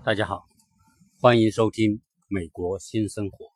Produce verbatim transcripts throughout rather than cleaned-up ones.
大家好，欢迎收听美国新生活。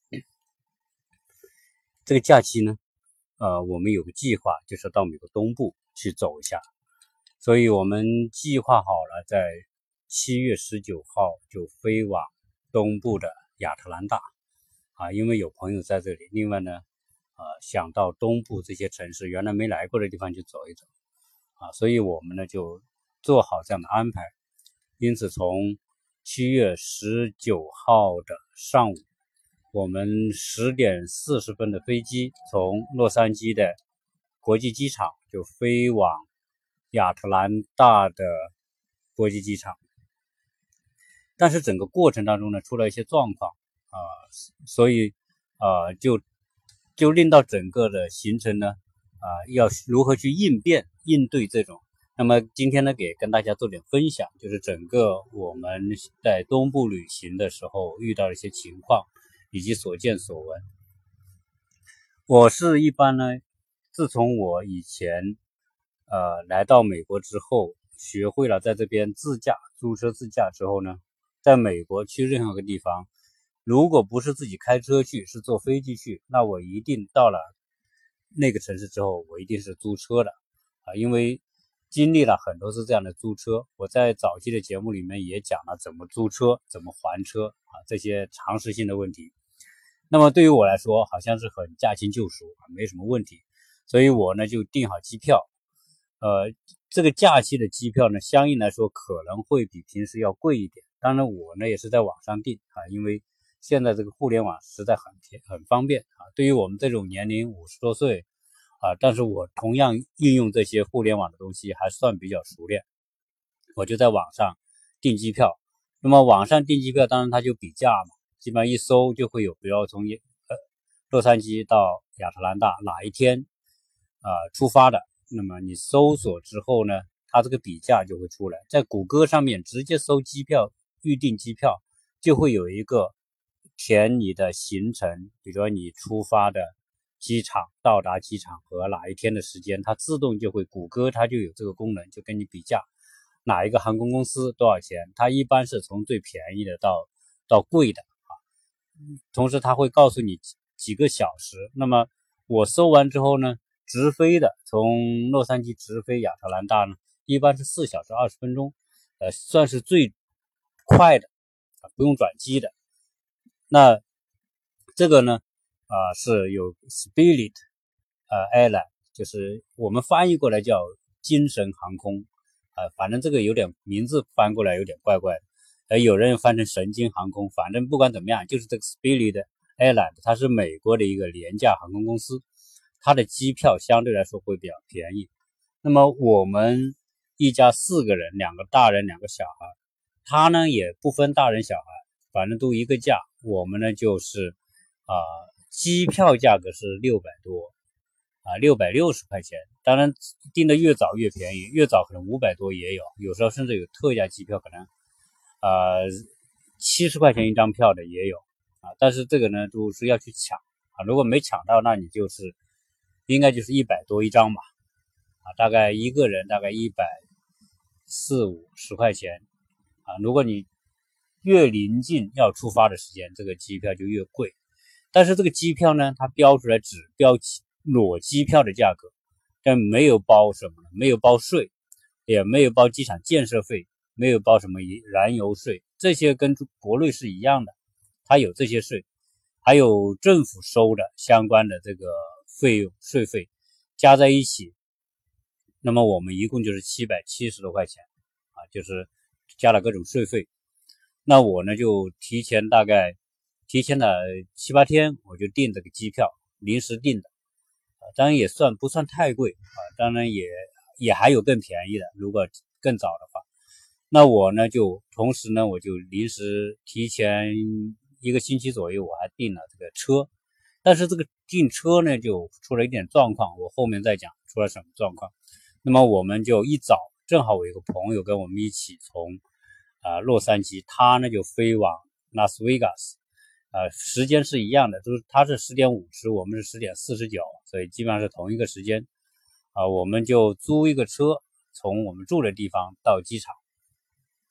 这个假期呢，呃，我们有个计划，就是到美国东部去走一下，所以我们计划好了，在七月十九号就飞往东部的亚特兰大啊，因为有朋友在这里。另外呢，呃，想到东部这些城市，原来没来过的地方去走一走啊，所以我们呢就做好这样的安排。因此，从七月十九号的上午，我们十点四十分的飞机从洛杉矶的国际机场就飞往亚特兰大的国际机场。但是整个过程当中呢，出了一些状况啊、呃，所以啊、呃，就就令到整个的行程呢啊、呃，要如何去应变应对这种。那么今天呢，给跟大家做点分享，就是整个我们在东部旅行的时候遇到的一些情况，以及所见所闻。我是一般呢，自从我以前呃来到美国之后，学会了在这边自驾租车自驾之后呢，在美国去任何个地方，如果不是自己开车去，是坐飞机去，那我一定到了那个城市之后，我一定是租车的啊，因为经历了很多次这样的租车，我在早期的节目里面也讲了怎么租车、怎么还车啊，这些常识性的问题。那么对于我来说，好像是很驾轻就熟，没什么问题，所以我呢就订好机票。呃，这个假期的机票呢，相应来说可能会比平时要贵一点。当然，我呢也是在网上订啊，因为现在这个互联网实在很便很方便啊。对于我们这种年龄五十多岁。啊，但是我同样运用这些互联网的东西还算比较熟练，我就在网上订机票。那么网上订机票，当然它就比价嘛，基本上一搜就会有，比如从呃洛杉矶到亚特兰大哪一天啊、呃、出发的，那么你搜索之后呢，它这个比价就会出来，在谷歌上面直接搜机票预订机票，就会有一个填你的行程，比如说你出发的机场到达机场和哪一天的时间，它自动就会，谷歌它就有这个功能，就跟你比价哪一个航空公司多少钱，它一般是从最便宜的到到贵的啊。同时它会告诉你几个小时。那么我搜完之后呢，直飞的从洛杉矶直飞亚特兰大呢，一般是四小时二十分钟，呃，算是最快的啊，不用转机的。那这个呢？啊、呃，是有 Spirit 呃 Airline， 就是我们翻译过来叫精神航空，呃，反正这个有点名字翻过来有点怪怪的，呃，有人翻成神经航空，反正不管怎么样，就是这个 Spirit Airline， 它是美国的一个廉价航空公司，它的机票相对来说会比较便宜。那么我们一家四个人，两个大人，两个小孩，他呢也不分大人小孩，反正都一个价，我们呢就是啊。呃机票价格是六百多啊，六百六十块钱。当然订的越早越便宜，越早可能五百多也有，有时候甚至有特价机票，可能呃七十块钱一张票的也有啊。但是这个呢都是要去抢啊，如果没抢到，那你就是应该就是一百多一张吧啊，大概一个人大概一百四五十块钱啊。如果你越临近要出发的时间，这个机票就越贵。但是这个机票呢，它标出来只标裸机票的价格，但没有包什么呢？没有包税，也没有包机场建设费，没有包什么燃油税，这些跟国内是一样的，它有这些税，还有政府收的相关的这个费用税费加在一起，那么我们一共就是七百七十多块钱啊，就是加了各种税费。那我呢就提前大概。提前了七八天，我就订这个机票，临时订的，啊，当然也算不算太贵啊，当然也也还有更便宜的，如果更早的话，那我呢就同时呢我就临时提前一个星期左右，我还订了这个车，但是这个订车呢就出了一点状况，我后面再讲出了什么状况。那么我们就一早，正好我有个朋友跟我们一起从啊、呃、洛杉矶，他呢就飞往拉斯维加斯。呃，时间是一样的，就是他是十点五十，我们是十点四十九，所以基本上是同一个时间啊、呃。我们就租一个车，从我们住的地方到机场。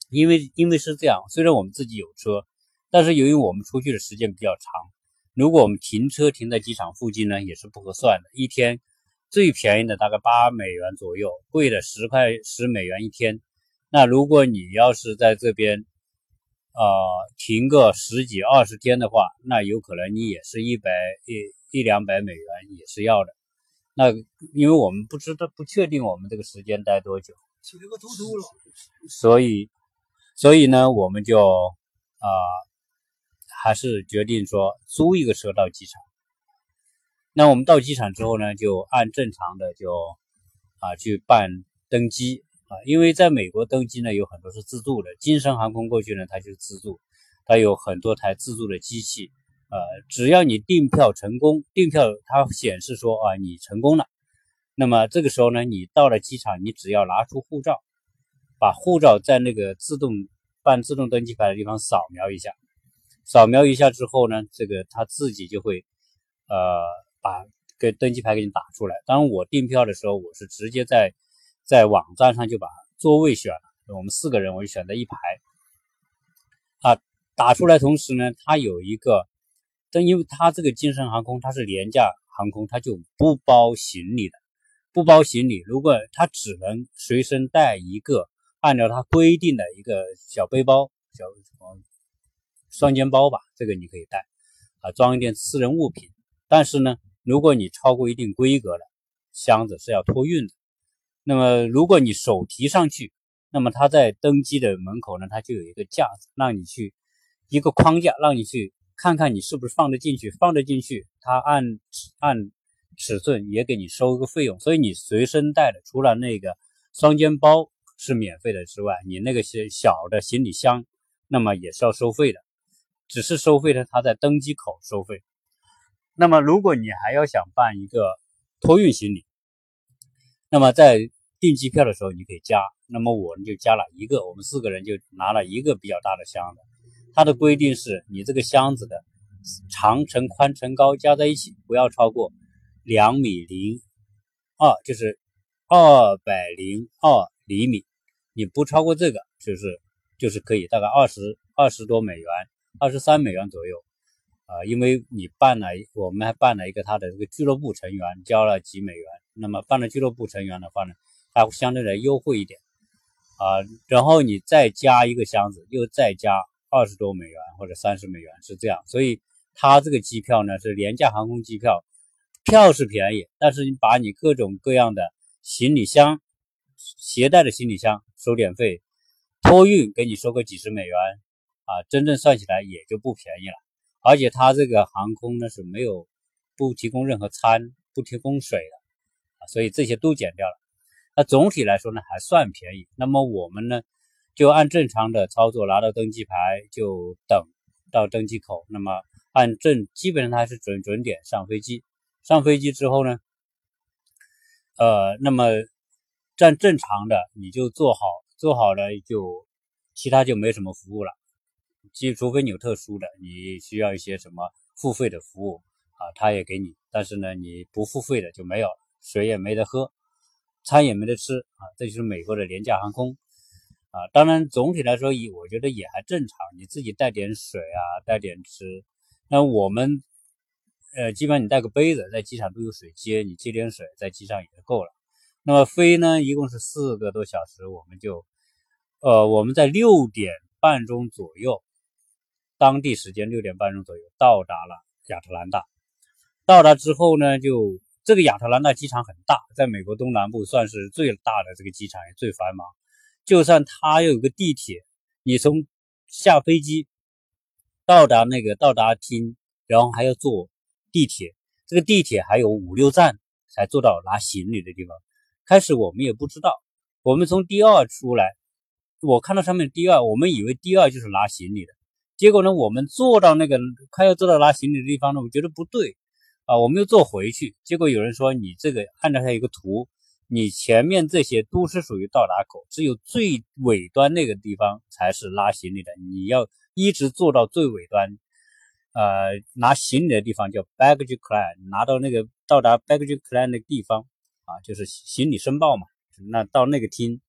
因为因为是这样，虽然我们自己有车，但是由于我们出去的时间比较长，如果我们停车停在机场附近呢，也是不合算的。一天最便宜的大概八美元左右，贵的十块十美元一天。那如果你要是在这边呃停个十几二十天的话，那有可能你也是一百一一两百美元也是要的。那因为我们不知道不确定我们这个时间待多久， 起了个突突了， 所以所以呢，我们就啊、呃、还是决定说租一个车到机场。那我们到机场之后呢，就按正常的就啊去办登机啊，因为在美国登机呢有很多是自助的，金盛航空过去呢它就是自助，它有很多台自助的机器，呃，只要你订票成功，订票它显示说啊你成功了，那么这个时候呢，你到了机场，你只要拿出护照，把护照在那个自动办自动登机牌的地方扫描一下，扫描一下之后呢，这个它自己就会呃把给登机牌给你打出来。当然我订票的时候，我是直接在在网站上就把座位选了，我们四个人我就选在一排啊，打出来。同时呢，它有一个，但因为它这个金盛航空它是廉价航空，它就不包行李的，不包行李。如果它只能随身带一个，按照它规定的一个小背包、小双肩包吧，这个你可以带啊，装一点私人物品。但是呢，如果你超过一定规格的箱子是要托运的。那么如果你手提上去，那么它在登机的门口呢，它就有一个架子，让你去一个框架，让你去看看你是不是放得进去，放得进去，它按按尺寸也给你收一个费用。所以你随身带的，除了那个双肩包是免费的之外，你那个些小的行李箱，那么也是要收费的，只是收费的它在登机口收费。那么如果你还要想办一个托运行李，那么在订机票的时候你可以加，那么我们就加了一个，我们四个人就拿了一个比较大的箱子。它的规定是你这个箱子的长乘宽乘高加在一起不要超过两米零二，就是二百零二厘米，你不超过这个就是就是可以大概二十二十多美元，二十三美元左右。呃，因为你办了，我们还办了一个他的这个俱乐部成员，交了几美元。那么办了俱乐部成员的话呢，它会相对来优惠一点啊、呃。然后你再加一个箱子，又再加二十多美元或者三十美元，是这样。所以它这个机票呢是廉价航空机票，票是便宜，但是你把你各种各样的行李箱、携带的行李箱收点费，托运给你收个几十美元啊，真正算起来也就不便宜了。而且它这个航空呢是没有不提供任何餐，不提供水的啊，所以这些都减掉了。那总体来说呢还算便宜。那么我们呢就按正常的操作，拿到登机牌就等到登机口，那么按正基本上它还是准准点上飞机。上飞机之后呢，呃，那么站正常的你就做好，做好了就其他就没什么服务了。即除非你有特殊的，你需要一些什么付费的服务啊，他也给你，但是呢，你不付费的就没有了，水也没得喝，餐也没得吃啊，这就是美国的廉价航空啊。当然，总体来说，我觉得也还正常，你自己带点水啊，带点吃。那我们呃，基本上你带个杯子，在机场都有水接，你接点水在机上也就够了。那么飞呢，一共是四个多小时，我们就呃，我们在六点半钟左右。当地时间六点半钟左右到达了亚特兰大。到达之后呢，就这个亚特兰大机场很大，在美国东南部算是最大的这个机场，也最繁忙。就算它有个地铁，你从下飞机到达那个到达厅，然后还要坐地铁，这个地铁还有五六站才坐到拿行李的地方。开始我们也不知道，我们从第二出来，我看到上面第二，我们以为第二就是拿行李的。结果呢，我们坐到那个快要坐到拿行李的地方呢，我觉得不对啊，我们又坐回去。结果有人说，你这个按照它一个图，你前面这些都是属于到达口，只有最尾端那个地方才是拉行李的，你要一直坐到最尾端。呃，拿行李的地方叫 baggage claim， 拿到那个到达 baggage claim 的地方啊，就是行李申报嘛。那到那个厅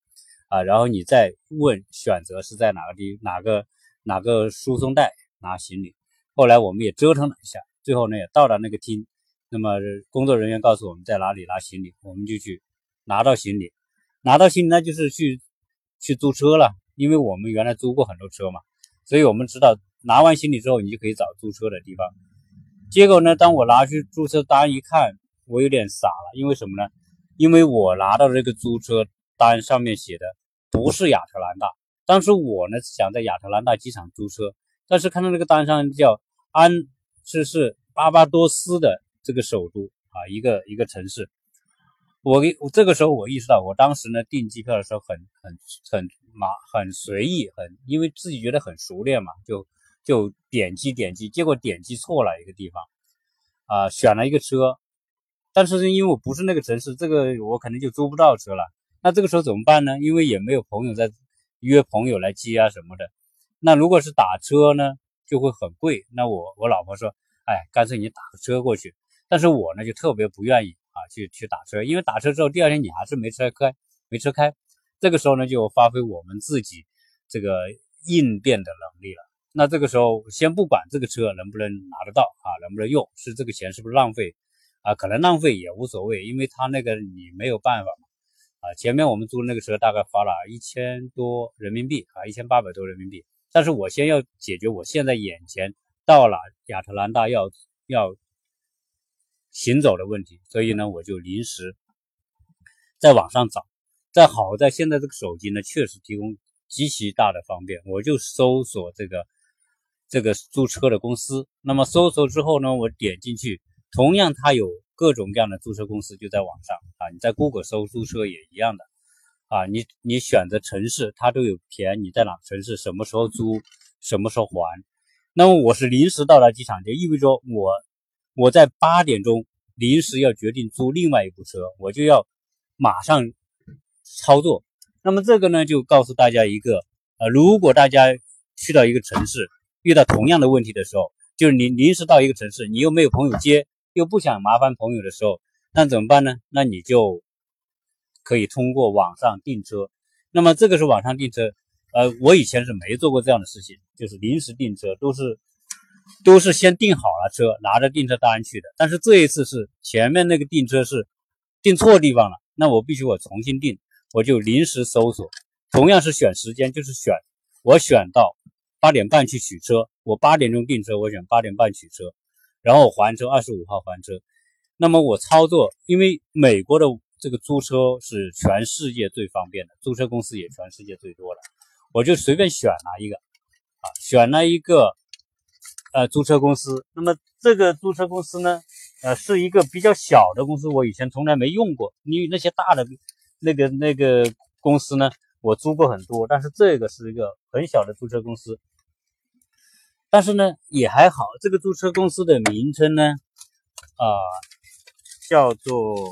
啊，然后你再问选择是在哪个地哪个哪个输送带拿行李。后来我们也折腾了一下，最后呢也到了那个厅，那么工作人员告诉我们在哪里拿行李，我们就去拿到行李，拿到行李那就是去去租车了，因为我们原来租过很多车嘛，所以我们知道拿完行李之后你就可以找租车的地方。结果呢，当我拿去租车单一看，我有点傻了，因为什么呢？因为我拿到这个租车单上面写的不是亚特兰大，当时我呢想在亚特兰大机场租车，但是看到那个单上叫安是是巴巴多斯的这个首都啊，一个一个城市。我这个时候我意识到，我当时呢订机票的时候很很很麻很随意，很因为自己觉得很熟练嘛，就就点击点击，结果点击错了一个地方啊，选了一个车，但是因为我不是那个城市，这个我可能就租不到车了。那这个时候怎么办呢？因为也没有朋友在约朋友来接啊什么的。那如果是打车呢，就会很贵。那我我老婆说，哎，干脆你打个车过去。但是我呢就特别不愿意啊去去打车，因为打车之后第二天你还是没车开，没车开。这个时候呢就发挥我们自己这个应变的能力了。那这个时候先不管这个车能不能拿得到啊，能不能用，是这个钱是不是浪费啊？可能浪费也无所谓，因为他那个你没有办法嘛。啊，前面我们租的那个车大概花了一千多人民币啊，一千八百多人民币。但是我先要解决我现在眼前到了亚特兰大要要行走的问题，所以呢，我就临时在网上找。再好在现在这个手机呢，确实提供极其大的方便，我就搜索这个这个租车的公司。那么搜索之后呢，我点进去，同样它有各种各样的租车公司就在网上啊，你在 Google 搜租车也一样的啊，你你选择城市，它都有填你在哪个城市，什么时候租，什么时候还。那么我是临时到达机场，就意味着我我在八点钟临时要决定租另外一部车，我就要马上操作。那么这个呢，就告诉大家一个呃，如果大家去到一个城市遇到同样的问题的时候，就是你临时到一个城市，你又没有朋友接，又不想麻烦朋友的时候，那怎么办呢？那你就可以通过网上订车。那么这个是网上订车，呃，我以前是没做过这样的事情，就是临时订车，都是都是先订好了车，拿着订车单去的。但是这一次是前面那个订车是订错地方了，那我必须我重新订，我就临时搜索，同样是选时间，就是选我选到八点半去取车，我八点钟订车，我选八点半取车，然后还车，二十五号还车。那么我操作，因为美国的这个租车是全世界最方便的，租车公司也全世界最多的，我就随便选了一个啊，选了一个呃租车公司。那么这个租车公司呢，呃是一个比较小的公司，我以前从来没用过，因为那些大的那个那个公司呢，我租过很多，但是这个是一个很小的租车公司。但是呢也还好，这个租车公司的名称呢啊、呃、叫做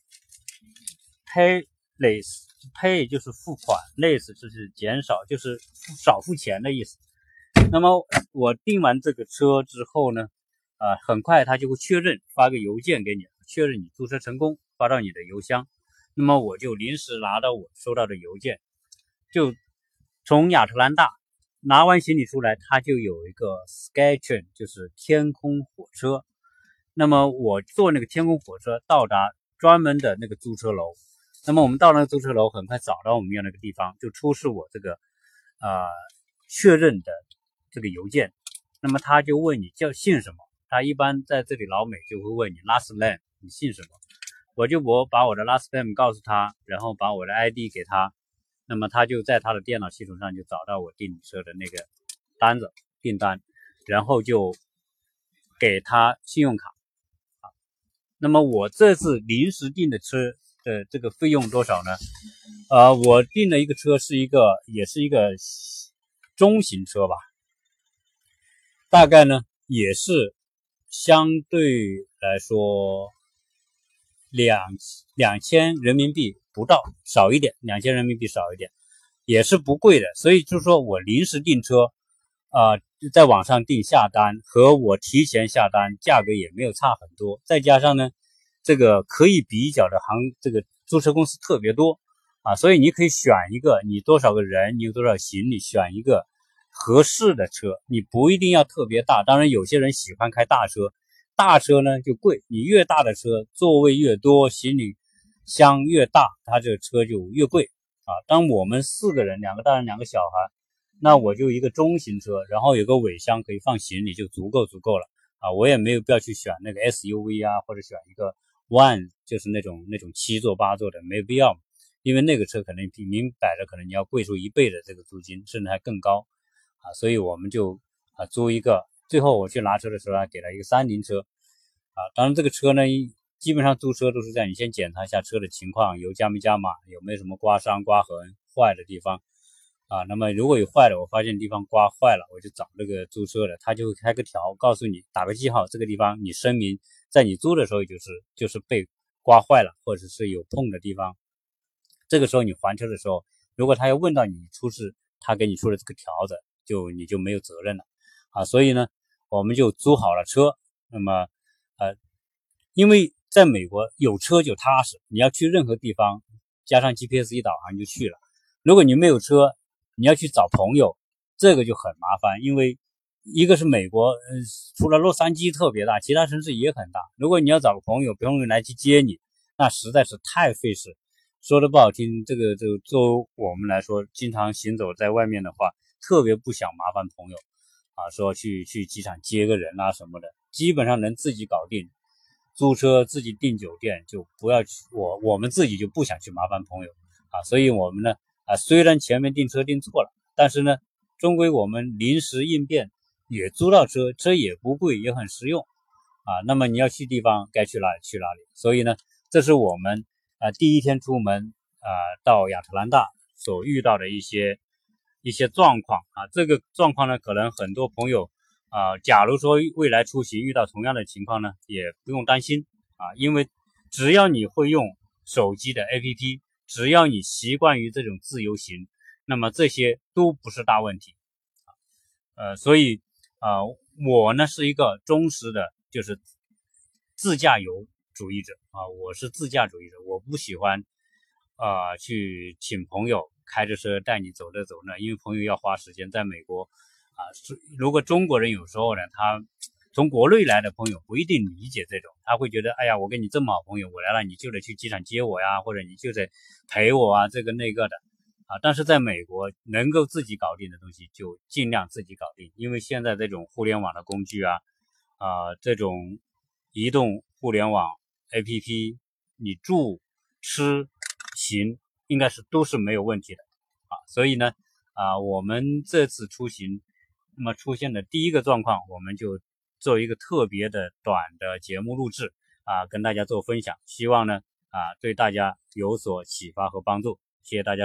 Payless， Pay 就是付款， Less 就是减少，就是少付钱的意思。那么我订完这个车之后呢啊、呃，很快他就会确认，发个邮件给你，确认你租车成功，发到你的邮箱。那么我就临时拿到我收到的邮件，就从亚特兰大拿完行李出来，它就有一个 Skytrain， 就是天空火车。那么我坐那个天空火车到达专门的那个租车楼。那么我们到那个租车楼，很快找到我们要那个地方，就出示我这个呃确认的这个邮件。那么他就问你叫姓什么，他一般在这里老美就会问你 last name， 你姓什么。我就我把我的 last name 告诉他，然后把我的 I D 给他，那么他就在他的电脑系统上就找到我订车的那个单子订单，然后就给他信用卡。那么我这次临时订的车的这个费用多少呢？呃，我订的一个车是一个也是一个中型车吧，大概呢也是相对来说两两千人民币不到，少一点，两千人民币少一点，也是不贵的。所以就是说我临时订车啊、呃，在网上订下单和我提前下单价格也没有差很多，再加上呢这个可以比较的行这个租车公司特别多啊，所以你可以选一个你多少个人，你有多少行李，选一个合适的车，你不一定要特别大。当然有些人喜欢开大车，大车呢就贵，你越大的车座位越多，行李箱越大，它这个车就越贵啊。当我们四个人，两个大人两个小孩，那我就一个中型车，然后有个尾箱可以放行李就足够足够了啊。我也没有必要去选那个 S U V 啊，或者选一个 One 就是那种那种七座八座的，没有必要，因为那个车可能明明摆着可能你要贵出一倍的这个租金，甚至还更高啊。所以我们就啊租一个，最后我去拿车的时候呢，给了一个三菱车啊。当然这个车呢，基本上租车都是这样，你先检查一下车的情况，油加没加满，有没有什么刮伤刮痕坏的地方啊。那么如果有坏的，我发现地方刮坏了，我就找这个租车的，他就会开个条告诉你，打个记号，这个地方你声明在你租的时候就是就是被刮坏了，或者是有碰的地方。这个时候你还车的时候，如果他要问到你出示他给你出的这个条子，就你就没有责任了啊。所以呢，我们就租好了车。那么呃，因为在美国有车就踏实，你要去任何地方，加上 G P S 一导航就去了。如果你没有车，你要去找朋友，这个就很麻烦，因为一个是美国，呃，除了洛杉矶特别大，其他城市也很大。如果你要找个朋友，朋友来去接你，那实在是太费事。说的不好听，这个就作为我们来说，经常行走在外面的话，特别不想麻烦朋友啊，说去去机场接个人啊什么的，基本上能自己搞定。租车自己订酒店就不要去，我我们自己就不想去麻烦朋友啊，所以我们呢啊，虽然前面订车订错了，但是呢，终归我们临时应变也租到车，车也不贵，也很实用啊。那么你要去地方该去哪里去哪里，所以呢，这是我们啊第一天出门啊到亚特兰大所遇到的一些一些状况啊。这个状况呢，可能很多朋友啊，假如说未来出行遇到同样的情况呢，也不用担心啊，因为只要你会用手机的 A P P， 只要你习惯于这种自由行，那么这些都不是大问题。呃，所以啊、呃，我呢是一个忠实的，就是自驾游主义者啊，我是自驾主义者，我不喜欢啊、呃、去请朋友开着车带你走这走那，因为朋友要花时间，在美国。啊，如果中国人有时候呢，他从国内来的朋友不一定理解这种，他会觉得，哎呀，我跟你这么好朋友，我来了你就得去机场接我呀，或者你就得陪我啊，这个那个的啊。但是在美国，能够自己搞定的东西就尽量自己搞定，因为现在这种互联网的工具啊，啊，这种移动互联网 A P P， 你住、吃、行应该是都是没有问题的啊。所以呢，啊，我们这次出行。那么出现的第一个状况，我们就做一个特别的短的节目录制啊，跟大家做分享，希望呢啊对大家有所启发和帮助，谢谢大家。